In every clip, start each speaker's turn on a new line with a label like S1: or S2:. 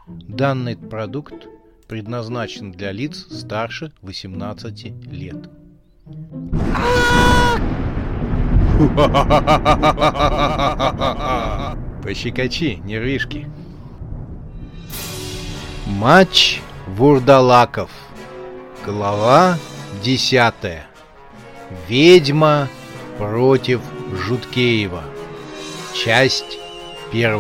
S1: Данный продукт предназначен для лиц старше 18 лет. Пощекочи нервишки. Матч вурдалаков. Глава 10. Ведьма против Жуткеева. Часть 1.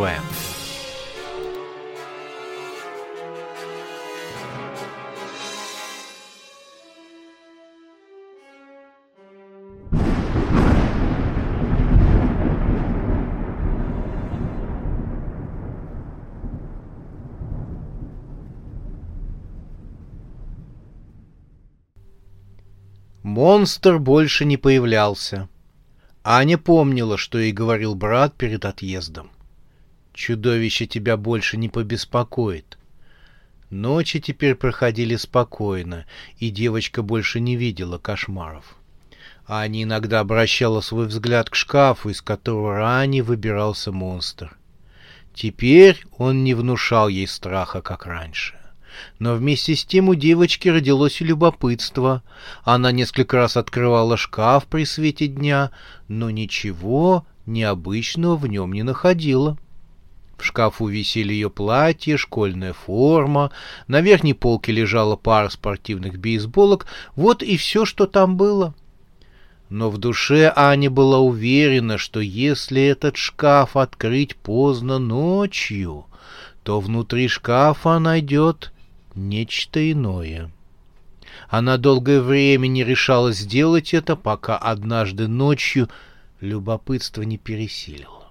S1: Монстр больше не появлялся. Аня помнила, что ей говорил брат перед отъездом. Чудовище тебя больше не побеспокоит. Ночи теперь проходили спокойно, и девочка больше не видела кошмаров. Аня иногда обращала свой взгляд к шкафу, из которого ранее выбирался монстр. Теперь он не внушал ей страха, как раньше. Но вместе с тем у девочки родилось и любопытство. Она несколько раз открывала шкаф при свете дня, но ничего необычного в нем не находила. В шкафу висели ее платье, школьная форма, на верхней полке лежала пара спортивных бейсболок, вот и все, что там было. Но в душе Аня была уверена, что если этот шкаф открыть поздно ночью, то внутри шкафа найдет нечто иное. Она долгое время не решалась сделать это, пока однажды ночью любопытство не пересилило.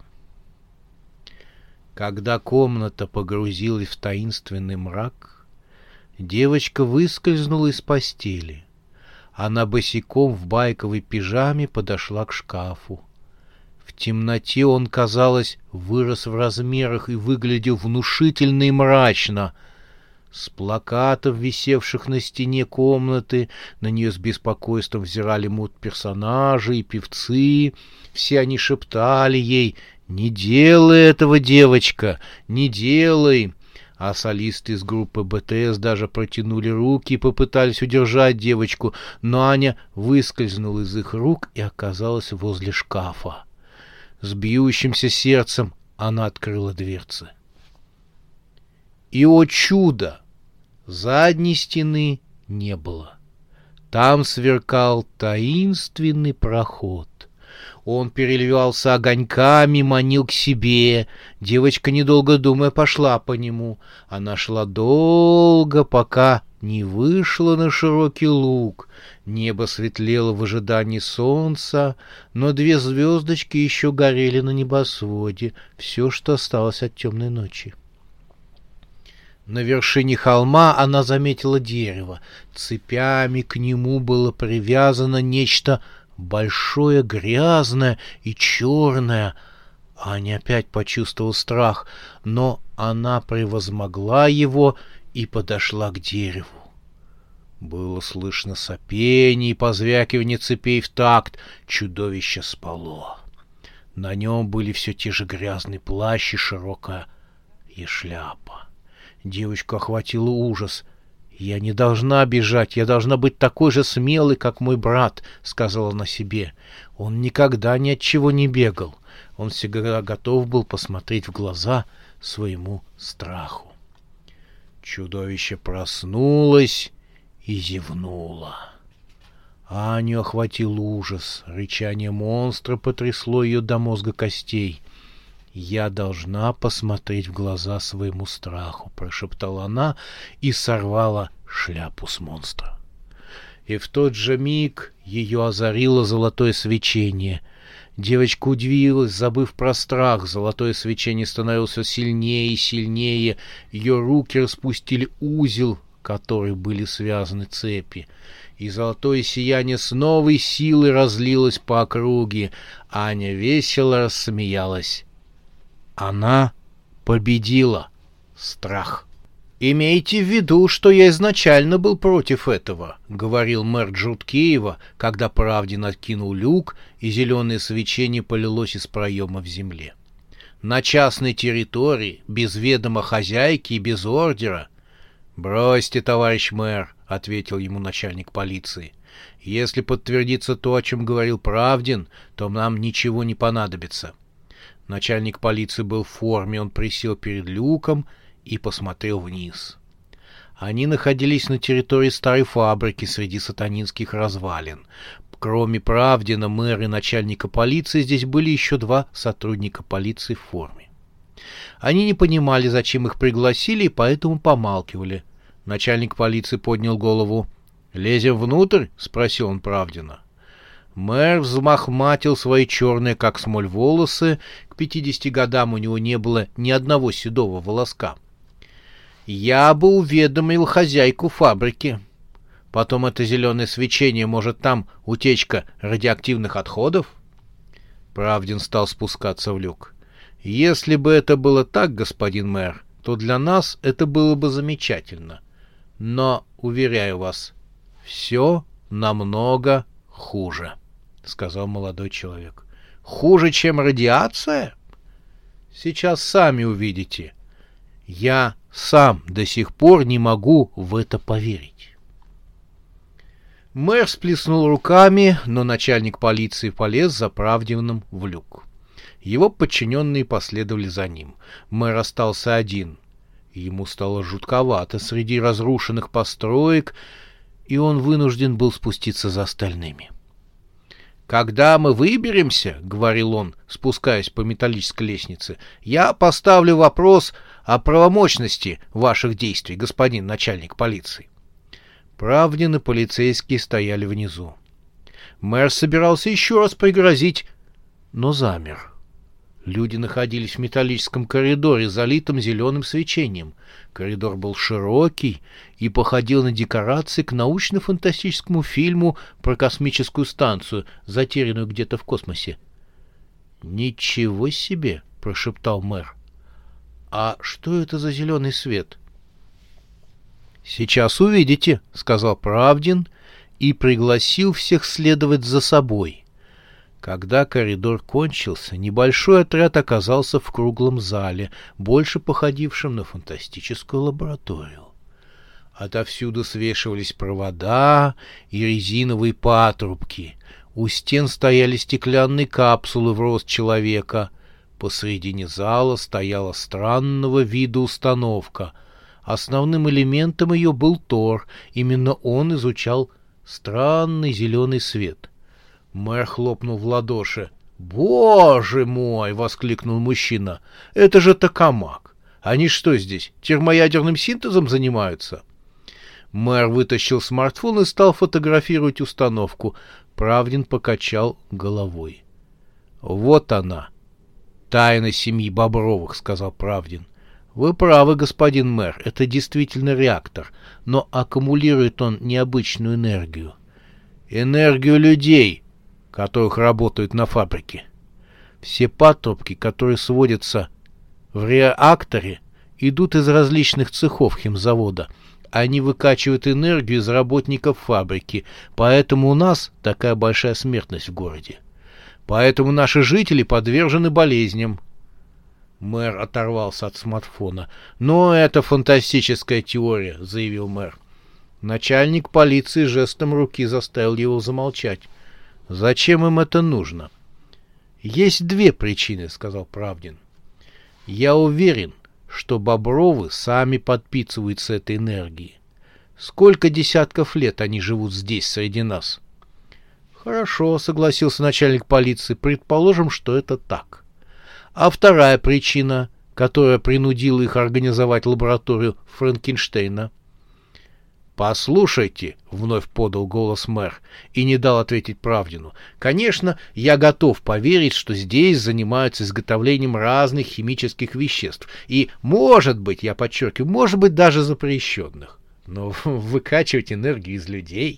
S1: Когда комната погрузилась в таинственный мрак, девочка выскользнула из постели. Она босиком в байковой пижаме подошла к шкафу. В темноте он, казалось, вырос в размерах и выглядел внушительно и мрачно. С плакатов, висевших на стене комнаты, на нее с беспокойством взирали мультперсонажи и певцы. Все они шептали ей: «Не делай этого, девочка, не делай!» А солисты из группы БТС даже протянули руки и попытались удержать девочку, но Аня выскользнула из их рук и оказалась возле шкафа. С бьющимся сердцем она открыла дверцы. И, о чудо! Задней стены не было. Там сверкал таинственный проход. Он переливался огоньками, манил к себе. Девочка, недолго думая, пошла по нему. Она шла долго, пока не вышла на широкий луг. Небо светлело в ожидании солнца, но 2 звездочки еще горели на небосводе. Все, что осталось от темной ночи. На вершине холма она заметила дерево. Цепями к нему было привязано нечто большое, грязное и черное. Аня опять почувствовала страх, но она превозмогла его и подошла к дереву. Было слышно сопение и позвякивание цепей в такт. Чудовище спало. На нем были все те же грязный плащ и широкая шляпа. Девочку охватил ужас. «Я не должна бежать, я должна быть такой же смелой, как мой брат», — сказала она себе. Он никогда ни от чего не бегал. Он всегда готов был посмотреть в глаза своему страху. Чудовище проснулось и зевнуло. Аню охватил ужас. Рычание монстра потрясло ее до мозга костей. «Я должна посмотреть в глаза своему страху», — прошептала она и сорвала шляпу с монстра. И в тот же миг ее озарило золотое свечение. Девочка удивилась, забыв про страх. Золотое свечение становилось все сильнее и сильнее. Ее руки распустили узел, в который были связаны цепи. И золотое сияние с новой силой разлилось по округе. Аня весело рассмеялась. Она победила страх. «Имейте в виду, что я изначально был против этого», — говорил мэр Жуткеева, когда Правдин откинул люк, и зеленое свечение полилось из проема в земле. На частной территории, без ведома хозяйки и без ордера. «Бросьте, товарищ мэр», — ответил ему начальник полиции. «Если подтвердится то, о чем говорил Правдин, то нам ничего не понадобится». Начальник полиции был в форме, он присел перед люком и посмотрел вниз. Они находились на территории старой фабрики среди сатанинских развалин. Кроме Правдина, мэра и начальника полиции, здесь были еще 2 сотрудника полиции в форме. Они не понимали, зачем их пригласили, и поэтому помалкивали. Начальник полиции поднял голову. «Лезем внутрь?» — спросил он Правдина. Мэр взмахматил свои черные, как смоль, волосы. К 50 годам у него не было ни одного седого волоска. «Я бы уведомил хозяйку фабрики. Потом это зеленое свечение, может, там утечка радиоактивных отходов?» Правдин стал спускаться в люк. «Если бы это было так, господин мэр, то для нас это было бы замечательно. Но, уверяю вас, все намного хуже», — сказал молодой человек. «Хуже, чем радиация? Сейчас сами увидите. Я сам до сих пор не могу в это поверить». Мэр всплеснул руками, но начальник полиции полез за Правдиным в люк. Его подчиненные последовали за ним. Мэр остался один. Ему стало жутковато среди разрушенных построек, и он вынужден был спуститься за остальными. «Когда мы выберемся, — говорил он, спускаясь по металлической лестнице, — я поставлю вопрос о правомочности ваших действий, господин начальник полиции». Правдин и полицейские стояли внизу. Мэр собирался еще раз пригрозить, но замер. Люди находились в металлическом коридоре, залитом зеленым свечением. Коридор был широкий и походил на декорации к научно-фантастическому фильму про космическую станцию, затерянную где-то в космосе. «Ничего себе!» — прошептал мэр. «А что это за зеленый свет?» «Сейчас увидите», — сказал Правдин и пригласил всех следовать за собой. Когда коридор кончился, небольшой отряд оказался в круглом зале, больше походившем на фантастическую лабораторию. Отовсюду свешивались провода и резиновые патрубки. У стен стояли стеклянные капсулы в рост человека. Посредине зала стояла странного вида установка. Основным элементом ее был Тор. Именно он изучал странный зеленый свет. Мэр хлопнул в ладоши. «Боже мой!» — воскликнул мужчина. «Это же токамак! Они что здесь, термоядерным синтезом занимаются?» Мэр вытащил смартфон и стал фотографировать установку. Правдин покачал головой. «Вот она, тайна семьи Бобровых», — сказал Правдин. «Вы правы, господин мэр, это действительно реактор, но аккумулирует он необычную энергию. Энергию людей, которых работают на фабрике. Все патрубки, которые сводятся в реакторе, идут из различных цехов химзавода. Они выкачивают энергию из работников фабрики, поэтому у нас такая большая смертность в городе. Поэтому наши жители подвержены болезням». Мэр оторвался от смартфона. «Но это фантастическая теория», — заявил мэр. Начальник полиции жестом руки заставил его замолчать. «Зачем им это нужно?» «Есть 2 причины», — сказал Правдин. «Я уверен, что Бобровы сами подпитываются этой энергией. Сколько десятков лет они живут здесь, среди нас?» «Хорошо», — согласился начальник полиции, — «предположим, что это так. А вторая причина, которая принудила их организовать лабораторию Франкенштейна?» «Послушайте», — вновь подал голос мэр и не дал ответить Правдину. «Конечно, я готов поверить, что здесь занимаются изготовлением разных химических веществ. И, может быть, я подчеркиваю, может быть, даже запрещенных. Но выкачивать энергию из людей...»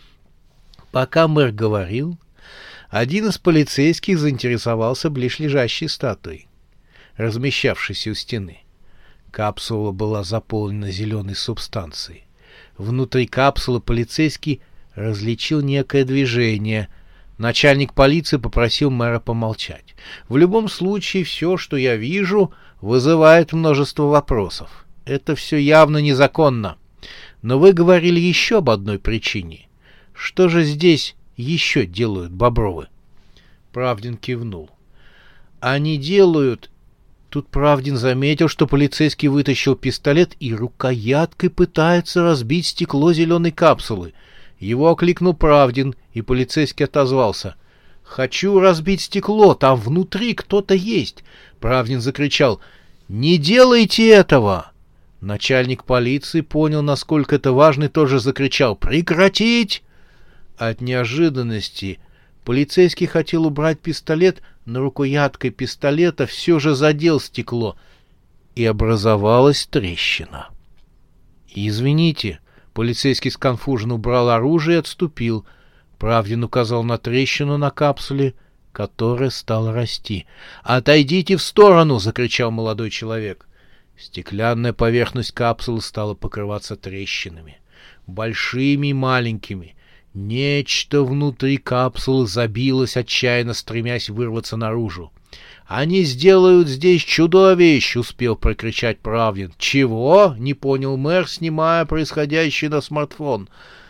S1: Пока мэр говорил, один из полицейских заинтересовался близлежащей статуей, размещавшейся у стены. Капсула была заполнена зеленой субстанцией. Внутри капсулы полицейский различил некое движение. Начальник полиции попросил мэра помолчать. В любом случае, все, что я вижу, вызывает множество вопросов. Это все явно незаконно. Но вы говорили еще об одной причине. Что же здесь еще делают Бобровы? Правдин кивнул. Они делают... Тут Правдин заметил, что полицейский вытащил пистолет и рукояткой пытается разбить стекло зеленой капсулы. Его окликнул Правдин, и полицейский отозвался. «Хочу разбить стекло, там внутри кто-то есть!» Правдин закричал. «Не делайте этого!» Начальник полиции понял, насколько это важно, и тоже закричал. «Прекратить!» От неожиданности полицейский хотел убрать пистолет, но рукояткой пистолета все же задел стекло, и образовалась трещина. «Извините», полицейский сконфуженно убрал оружие и отступил. Правдин указал на трещину на капсуле, которая стала расти. «Отойдите в сторону!» — закричал молодой человек. Стеклянная поверхность капсулы стала покрываться трещинами, большими и маленькими. Нечто внутри капсулы забилось, отчаянно стремясь вырваться наружу. «Они сделают здесь чудовищ!» — успел прокричать Правдин. «Чего?» — не понял мэр, снимая происходящее на смартфон.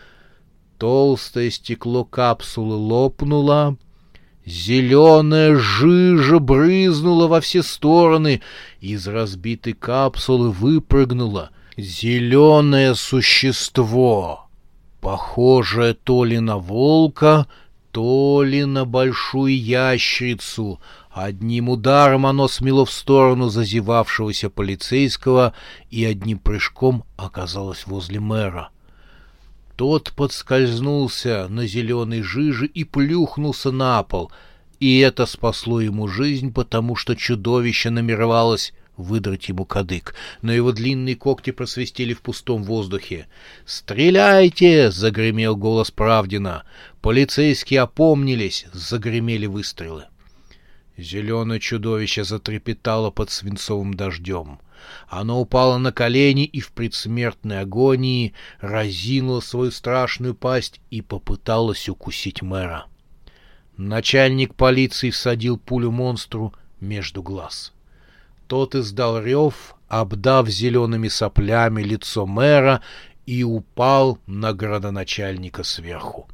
S1: Толстое стекло капсулы лопнуло. Зеленая жижа брызнула во все стороны. Из разбитой капсулы выпрыгнуло зеленое существо, похожее то ли на волка, то ли на большую ящерицу. Одним ударом оно смело в сторону зазевавшегося полицейского и одним прыжком оказалось возле мэра. Тот подскользнулся на зеленой жиже и плюхнулся на пол, и это спасло ему жизнь, потому что чудовище намеревалось выдрать ему кадык, но его длинные когти просвистели в пустом воздухе. «Стреляйте!» — загремел голос Правдина. Полицейские опомнились, загремели выстрелы. Зеленое чудовище затрепетало под свинцовым дождем. Оно упало на колени и в предсмертной агонии разинуло свою страшную пасть и попыталось укусить мэра. Начальник полиции всадил пулю монстру между глаз. Тот издал рев, обдав зелеными соплями лицо мэра, и упал на градоначальника сверху.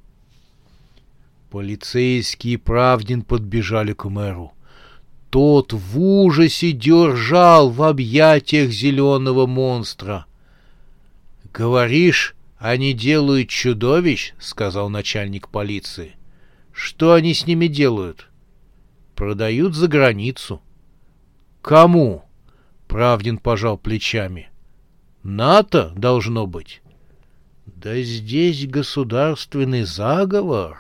S1: Полицейские и Правдин подбежали к мэру. Тот в ужасе держал в объятиях зеленого монстра. — Говоришь, они делают чудовищ? — сказал начальник полиции. — Что они с ними делают? — Продают за границу. — Кому? — Правдин пожал плечами. — НАТО, должно быть. — Да здесь государственный заговор.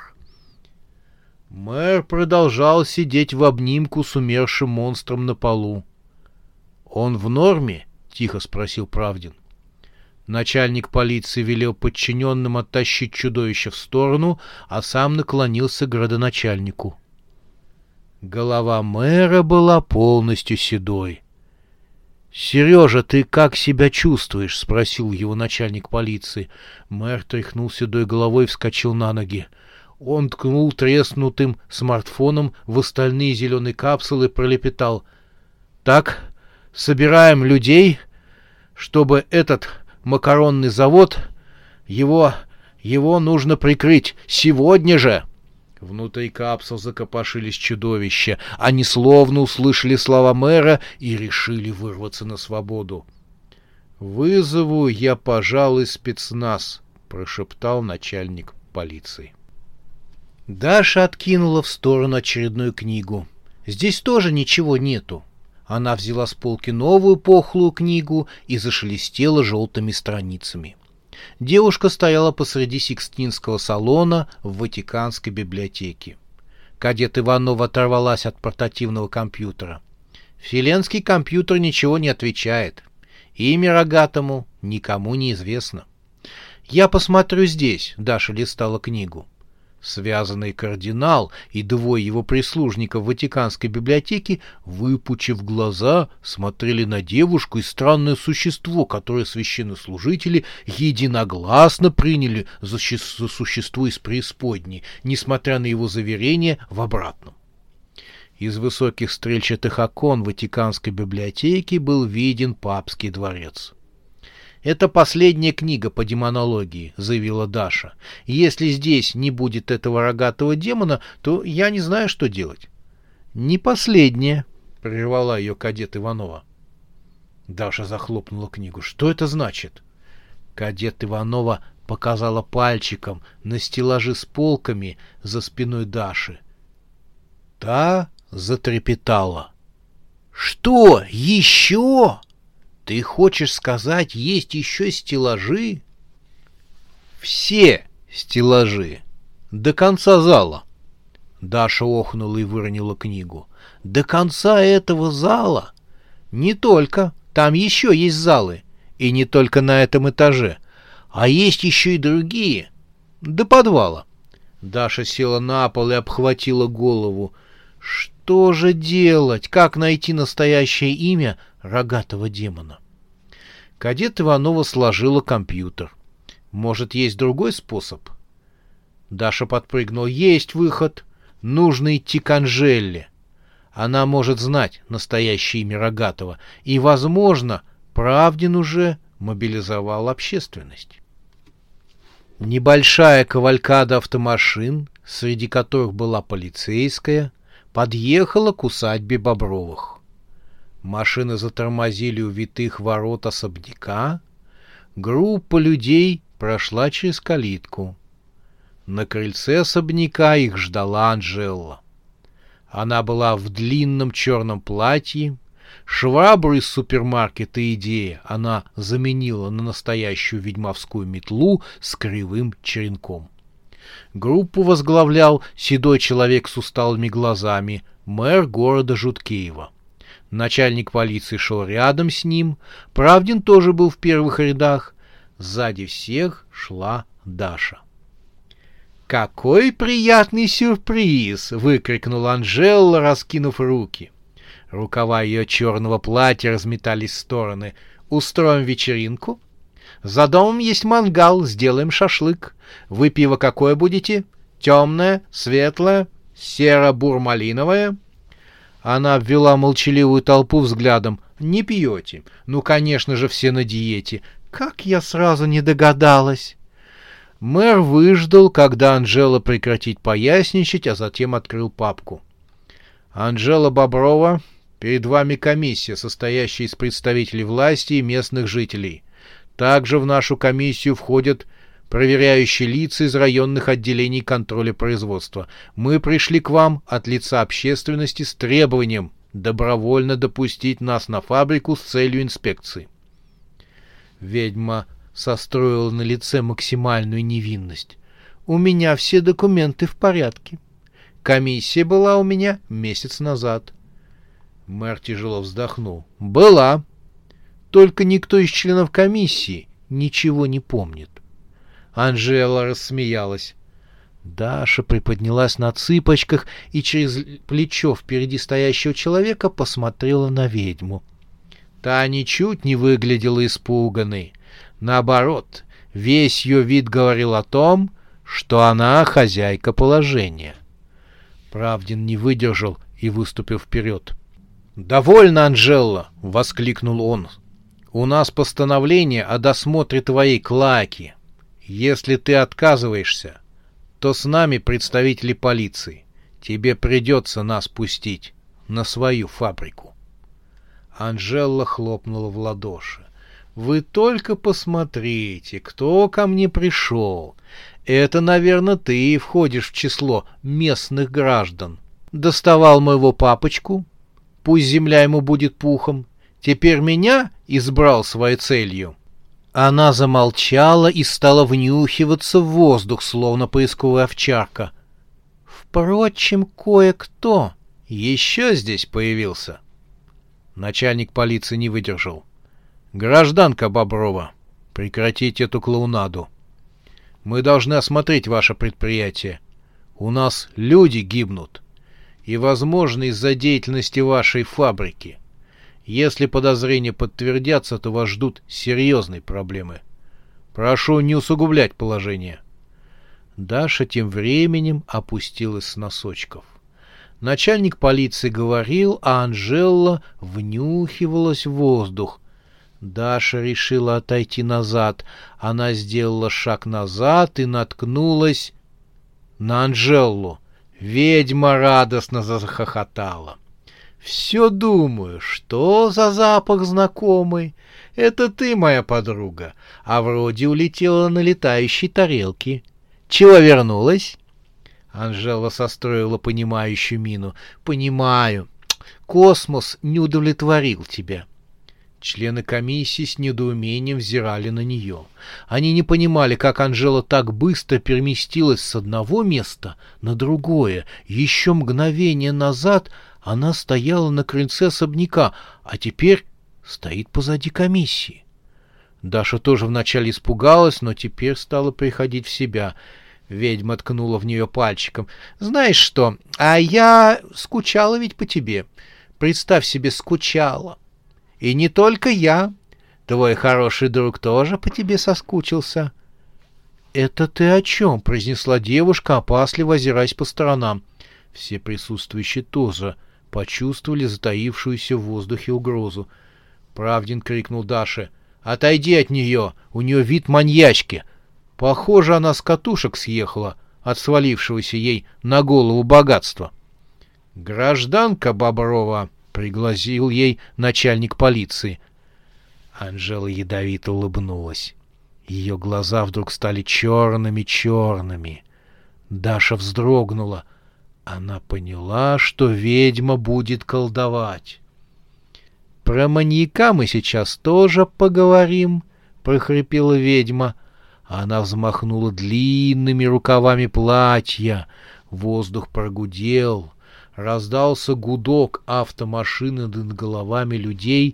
S1: Мэр продолжал сидеть в обнимку с умершим монстром на полу. — Он в норме? — тихо спросил Правдин. Начальник полиции велел подчиненным оттащить чудовище в сторону, а сам наклонился к градоначальнику. Голова мэра была полностью седой. — Сережа, ты как себя чувствуешь? — спросил его начальник полиции. Мэр тряхнул седой головой и вскочил на ноги. Он ткнул треснутым смартфоном в остальные зеленые капсулы и пролепетал. — Так, собираем людей, чтобы этот макаронный завод, его нужно прикрыть сегодня же. Внутри капсул закопошились чудовища. Они словно услышали слова мэра и решили вырваться на свободу. — Вызову я, пожалуй, спецназ, — прошептал начальник полиции. Даша откинула в сторону очередную книгу. Здесь тоже ничего нету. Она взяла с полки новую пухлую книгу и зашелестела желтыми страницами. Девушка стояла посреди Сикстинского салона в Ватиканской библиотеке. Кадет Иванова оторвалась от портативного компьютера. Вселенский компьютер ничего не отвечает. Имя рогатому никому не известно. «Я посмотрю здесь», — Даша листала книгу. Связанный кардинал и двое его прислужников в Ватиканской библиотеке, выпучив глаза, смотрели на девушку и странное существо, которое священнослужители единогласно приняли за существо из преисподней, несмотря на его заверение в обратном. Из высоких стрельчатых окон Ватиканской библиотеки был виден папский дворец. «Это последняя книга по демонологии», — заявила Даша. «Если здесь не будет этого рогатого демона, то я не знаю, что делать». «Не последняя», — прервала ее кадет Иванова. Даша захлопнула книгу. «Что это значит?» Кадет Иванова показала пальчиком на стеллажи с полками за спиной Даши. Та затрепетала. «Что, еще? Ты хочешь сказать, есть еще стеллажи?» «Все стеллажи. До конца зала». Даша охнула и выронила книгу. «До конца этого зала?» «Не только. Там еще есть залы. И не только на этом этаже. А есть еще и другие. До подвала». Даша села на пол и обхватила голову. Что же делать? Как найти настоящее имя рогатого демона? Кадет Иванова сложила компьютер. Может, есть другой способ? Даша подпрыгнула. Есть выход. Нужно идти к Анжелле. Она может знать настоящее имя рогатого. И, возможно, Правдин уже мобилизовал общественность. Небольшая кавалькада автомашин, среди которых была полицейская, подъехала к усадьбе Бобровых. Машины затормозили у витых ворот особняка. Группа людей прошла через калитку. На крыльце особняка их ждала Анжела. Она была в длинном черном платье. Швабру из супермаркета «Идея» она заменила на настоящую ведьмовскую метлу с кривым черенком. Группу возглавлял седой человек с усталыми глазами, мэр города Жуткеева. Начальник полиции шел рядом с ним, Правдин тоже был в первых рядах. Сзади всех шла Даша. «Какой приятный сюрприз!» — выкрикнула Анжела, раскинув руки. Рукава ее черного платья разметались в стороны. «Устроим вечеринку? За домом есть мангал, сделаем шашлык. Вы пиво какое будете? Темное, светлое, серо-бурмалиновое?» Она обвела молчаливую толпу взглядом. «Не пьете? Ну, конечно же, все на диете. Как я сразу не догадалась!» Мэр выждал, когда Анжела прекратит поясничать, а затем открыл папку. «Анжела Боброва, перед вами комиссия, состоящая из представителей власти и местных жителей. Также в нашу комиссию входят проверяющие лица из районных отделений контроля производства. Мы пришли к вам от лица общественности с требованием добровольно допустить нас на фабрику с целью инспекции». Ведьма состроила на лице максимальную невинность. «У меня все документы в порядке. Комиссия была у меня месяц назад». Мэр тяжело вздохнул. «Была. Только никто из членов комиссии ничего не помнит». Анжела рассмеялась. Даша приподнялась на цыпочках и через плечо впереди стоящего человека посмотрела на ведьму. Та ничуть не выглядела испуганной. Наоборот, весь ее вид говорил о том, что она хозяйка положения. Правдин не выдержал и выступил вперед. «Довольно, Анжела!» — воскликнул он. «У нас постановление о досмотре твоей клаки. Если ты отказываешься, то с нами представители полиции. Тебе придется нас пустить на свою фабрику». Анжела хлопнула в ладоши. «Вы только посмотрите, кто ко мне пришел. Это, наверное, ты входишь в число местных граждан. Доставал моего папочку, пусть земля ему будет пухом. Теперь меня избрал своей целью». Она замолчала и стала внюхиваться в воздух, словно поисковая овчарка. «Впрочем, кое-кто еще здесь появился». Начальник полиции не выдержал. «Гражданка Боброва, прекратите эту клоунаду. Мы должны осмотреть ваше предприятие. У нас люди гибнут. И, возможно, из-за деятельности вашей фабрики. Если подозрения подтвердятся, то вас ждут серьезные проблемы. Прошу не усугублять положение». Даша тем временем опустилась с носочков. Начальник полиции говорил, а Анжела внюхивалась в воздух. Даша решила отойти назад. Она сделала шаг назад и наткнулась на Анжелу. Ведьма радостно захохотала. «Все думаю, что за запах знакомый? Это ты, моя подруга, а вроде улетела на летающей тарелке. Чего вернулась?» Анжела состроила понимающую мину. «Понимаю. Космос не удовлетворил тебя». Члены комиссии с недоумением взирали на нее. Они не понимали, как Анжела так быстро переместилась с одного места на другое. Еще мгновение назад она стояла на крыльце особняка, а теперь стоит позади комиссии. Даша тоже вначале испугалась, но теперь стала приходить в себя. Ведьма ткнула в нее пальчиком. «Знаешь что, а я скучала ведь по тебе. Представь себе, скучала. И не только я. Твой хороший друг тоже по тебе соскучился». «Это ты о чем?» — произнесла девушка, опасливо озираясь по сторонам. Все присутствующие тоже почувствовали затаившуюся в воздухе угрозу. Правдин крикнул Даше: «Отойди от нее! У нее вид маньячки! Похоже, она с катушек съехала от свалившегося ей на голову богатства». «Гражданка Боброва!» — пригласил ей начальник полиции. Анжела ядовито улыбнулась. Ее глаза вдруг стали черными-черными. Даша вздрогнула. Она поняла, что ведьма будет колдовать. «Про маньяка мы сейчас тоже поговорим», — прохрипела ведьма. Она взмахнула длинными рукавами платья. Воздух прогудел. Раздался гудок автомашины над головами людей.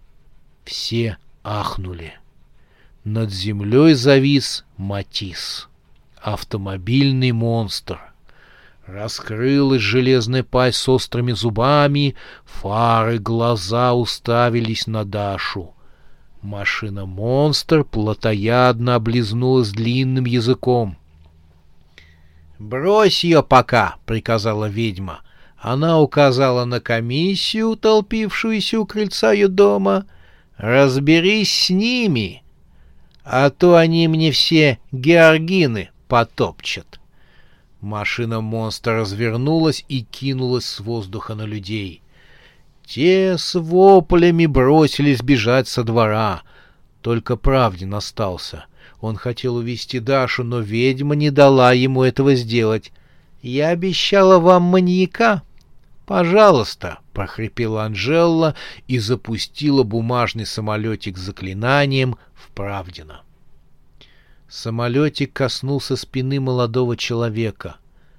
S1: Все ахнули. Над землей завис Матис. Автомобильный монстр. Раскрылась железная пасть с острыми зубами. Фары, глаза уставились на Дашу. Машина-монстр плотоядно облизнулась длинным языком. «Брось ее пока», — приказала ведьма. Она указала на комиссию, толпившуюся у крыльца ее дома. «Разберись с ними, а то они мне все георгины потопчат». Машина-монстр развернулась и кинулась с воздуха на людей. Те с воплями бросились бежать со двора. Только Правдин остался. Он хотел увести Дашу, но ведьма не дала ему этого сделать. «Я обещала вам маньяка. Пожалуйста», — прохрипела Анжела и запустила бумажный самолетик с заклинанием в Правдина. Самолетик коснулся спины молодого человека.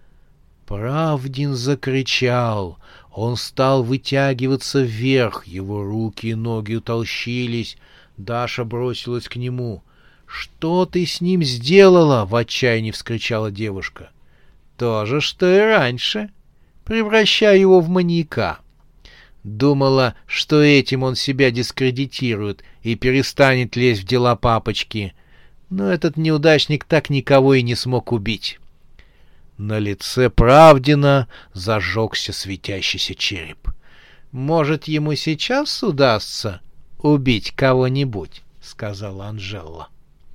S1: Правдин закричал. Он стал вытягиваться вверх, его руки и ноги утолщились. Даша бросилась к нему. «Что ты с ним сделала?» — в отчаянии вскричала девушка. «То же, что и раньше. Превращаю его в маньяка. Думала, что этим он себя дискредитирует и перестанет лезть в дела папочки. Но этот неудачник так никого и не смог убить». На лице Правдина зажегся светящийся череп. «Может, ему сейчас удастся убить кого-нибудь?» — сказала Анжела.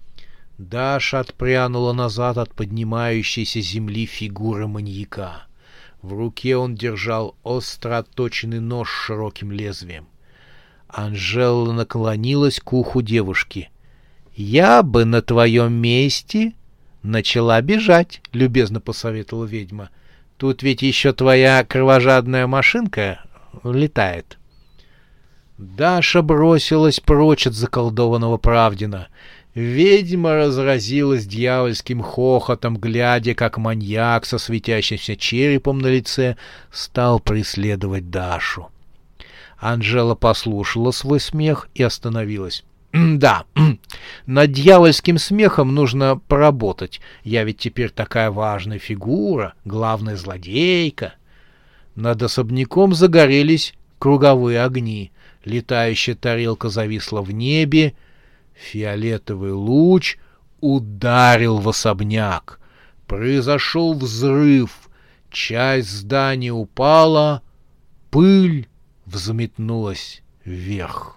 S1: Даша отпрянула назад от поднимающейся земли фигуры маньяка. В руке он держал остро отточенный нож с широким лезвием. Анжела наклонилась к уху девушки. «Я бы на твоем месте начала бежать», — любезно посоветовала ведьма. «Тут ведь еще твоя кровожадная машинка летает». Даша бросилась прочь от заколдованного Правдина. Ведьма разразилась дьявольским хохотом, глядя, как маньяк со светящимся черепом на лице стал преследовать Дашу. Анжела послушала свой смех и остановилась. «Да, Над дьявольским смехом нужно поработать. Я ведь теперь такая важная фигура, главная злодейка. Над особняком загорелись круговые огни. Летающая тарелка зависла в небе. Фиолетовый луч ударил в особняк. Произошел взрыв. Часть здания упала. Пыль взметнулась вверх.